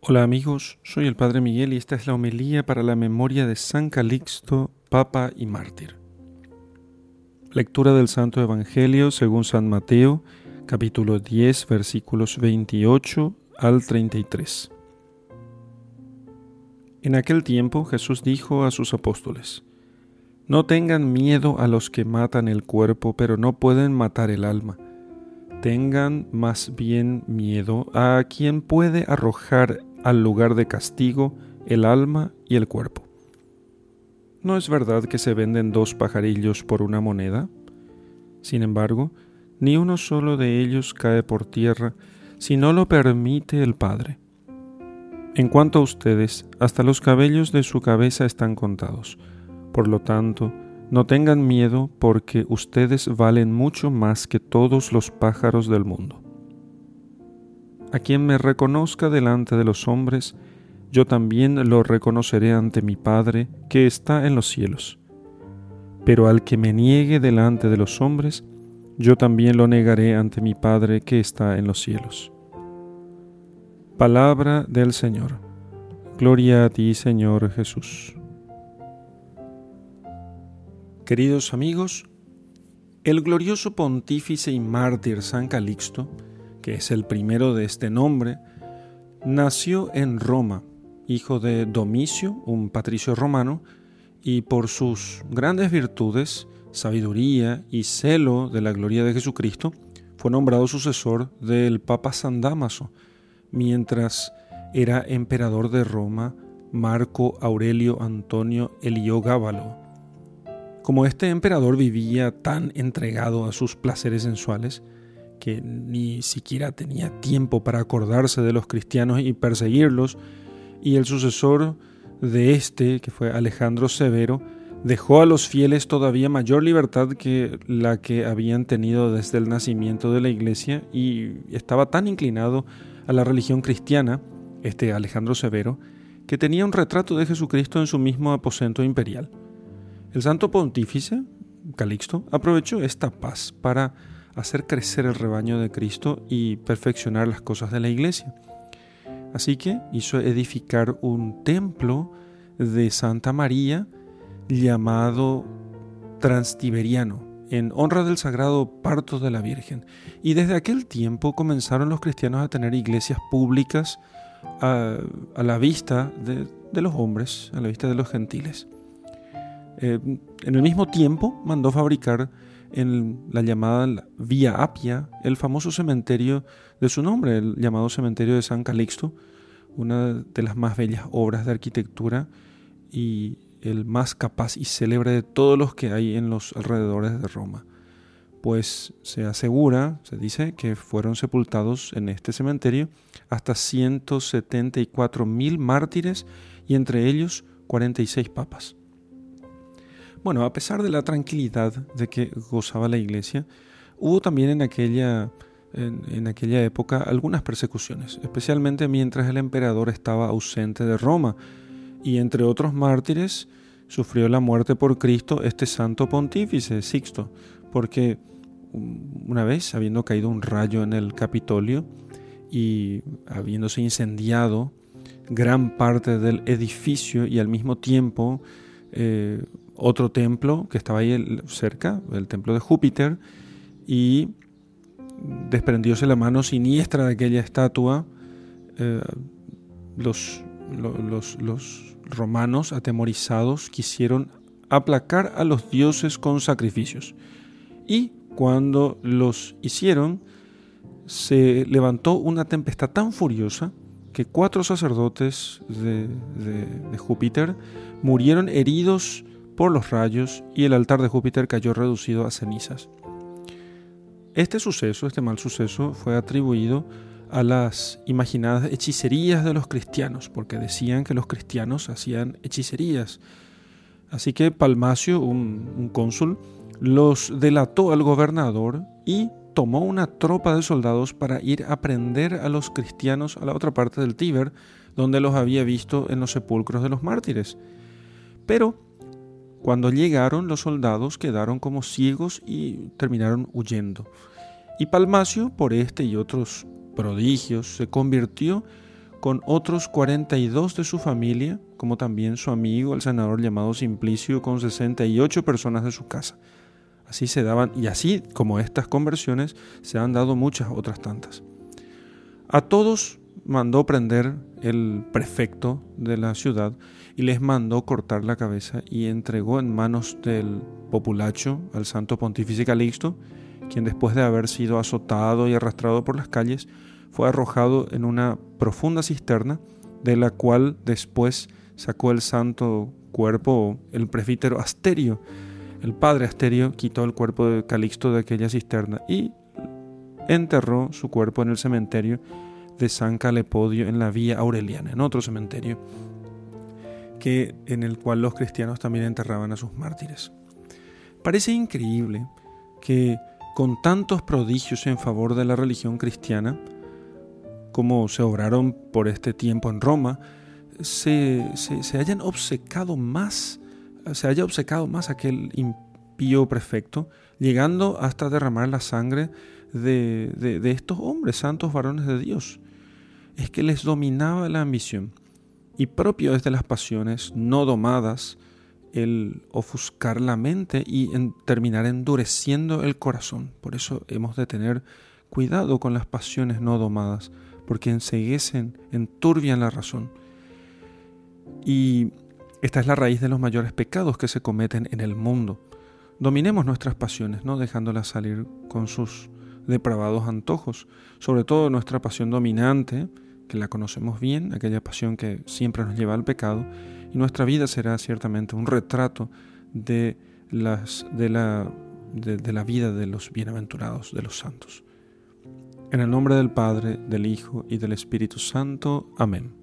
Hola amigos, soy el Padre Miguel y esta es la homilía para la memoria de San Calixto, Papa y Mártir. Lectura del Santo Evangelio según San Mateo, capítulo 10, versículos 28 al 33. En aquel tiempo Jesús dijo a sus apóstoles: No tengan miedo a los que matan el cuerpo, pero no pueden matar el alma. Tengan más bien miedo a quien puede arrojar al lugar de castigo el alma y el cuerpo. ¿No es verdad que se venden 2 pajarillos por una moneda? Sin embargo, ni uno solo de ellos cae por tierra si no lo permite el Padre. En cuanto a ustedes, hasta los cabellos de su cabeza están contados. Por lo tanto, no tengan miedo, porque ustedes valen mucho más que todos los pájaros del mundo. A quien me reconozca delante de los hombres, yo también lo reconoceré ante mi Padre que está en los cielos. Pero al que me niegue delante de los hombres, yo también lo negaré ante mi Padre que está en los cielos. Palabra del Señor. Gloria a ti, Señor Jesús. Queridos amigos, el glorioso pontífice y mártir San Calixto, que es el primero de este nombre, nació en Roma, hijo de Domicio, un patricio romano, y por sus grandes virtudes, sabiduría y celo de la gloria de Jesucristo, fue nombrado sucesor del Papa San Dámaso, mientras era emperador de Roma Marco Aurelio Antonio Heliogábalo. Como este emperador vivía tan entregado a sus placeres sensuales, que ni siquiera tenía tiempo para acordarse de los cristianos y perseguirlos, y el sucesor de este, que fue Alejandro Severo, dejó a los fieles todavía mayor libertad que la que habían tenido desde el nacimiento de la Iglesia, y estaba tan inclinado a la religión cristiana, este Alejandro Severo, que tenía un retrato de Jesucristo en su mismo aposento imperial. El santo pontífice, Calixto, aprovechó esta paz para hacer crecer el rebaño de Cristo y perfeccionar las cosas de la Iglesia. Así que hizo edificar un templo de Santa María llamado Transtiberiano, en honra del Sagrado Parto de la Virgen. Y desde aquel tiempo comenzaron los cristianos a tener iglesias públicas a la vista de los hombres, a la vista de los gentiles. En el mismo tiempo mandó fabricar en la llamada Vía Appia el famoso cementerio de su nombre, el llamado cementerio de San Calixto, una de las más bellas obras de arquitectura y el más capaz y célebre de todos los que hay en los alrededores de Roma. Pues se asegura, se dice, que fueron sepultados en este cementerio hasta 174.000 mártires y entre ellos 46 papas. Bueno, a pesar de la tranquilidad de que gozaba la Iglesia, hubo también en aquella época algunas persecuciones, especialmente mientras el emperador estaba ausente de Roma, y entre otros mártires sufrió la muerte por Cristo este santo pontífice Sixto, porque una vez, habiendo caído un rayo en el Capitolio y habiéndose incendiado gran parte del edificio y al mismo tiempo otro templo que estaba ahí cerca, el templo de Júpiter, y desprendióse la mano siniestra de aquella estatua, los romanos atemorizados quisieron aplacar a los dioses con sacrificios, y cuando los hicieron se levantó una tempestad tan furiosa que 4 sacerdotes de Júpiter murieron heridos por los rayos y el altar de Júpiter cayó reducido a cenizas. Este mal suceso, fue atribuido a las imaginadas hechicerías de los cristianos, porque decían que los cristianos hacían hechicerías. Así que Palmacio, un cónsul, los delató al gobernador y tomó una tropa de soldados para ir a prender a los cristianos a la otra parte del Tíber, donde los había visto en los sepulcros de los mártires. Pero cuando llegaron, los soldados quedaron como ciegos y terminaron huyendo. Y Palmacio, por este y otros prodigios, se convirtió con otros 42 de su familia, como también su amigo, el senador llamado Simplicio, con 68 personas de su casa. Así se daban, y así como estas conversiones, se han dado muchas otras tantas. A todos mandó prender el prefecto de la ciudad y les mandó cortar la cabeza y entregó en manos del populacho al santo pontífice Calixto, quien después de haber sido azotado y arrastrado por las calles, fue arrojado en una profunda cisterna, de la cual después sacó el santo cuerpo el presbítero Asterio. El padre Asterio quitó el cuerpo de Calixto de aquella cisterna y enterró su cuerpo en el cementerio de San Calepodio en la Vía Aureliana, en otro cementerio en el cual los cristianos también enterraban a sus mártires. Parece increíble que con tantos prodigios en favor de la religión cristiana, como se obraron por este tiempo en Roma, se haya obcecado más aquel impío prefecto, llegando hasta derramar la sangre de estos hombres, santos varones de Dios. Es que les dominaba la ambición, y propio es de las pasiones no domadas el ofuscar la mente y terminar endureciendo el corazón. Por eso hemos de tener cuidado con las pasiones no domadas, porque enceguecen, enturbian la razón. Y esta es la raíz de los mayores pecados que se cometen en el mundo. Dominemos nuestras pasiones, no dejándolas salir con sus depravados antojos, sobre todo nuestra pasión dominante, que la conocemos bien, aquella pasión que siempre nos lleva al pecado, y nuestra vida será ciertamente un retrato de la vida de los bienaventurados, de los santos. En el nombre del Padre, del Hijo y del Espíritu Santo. Amén.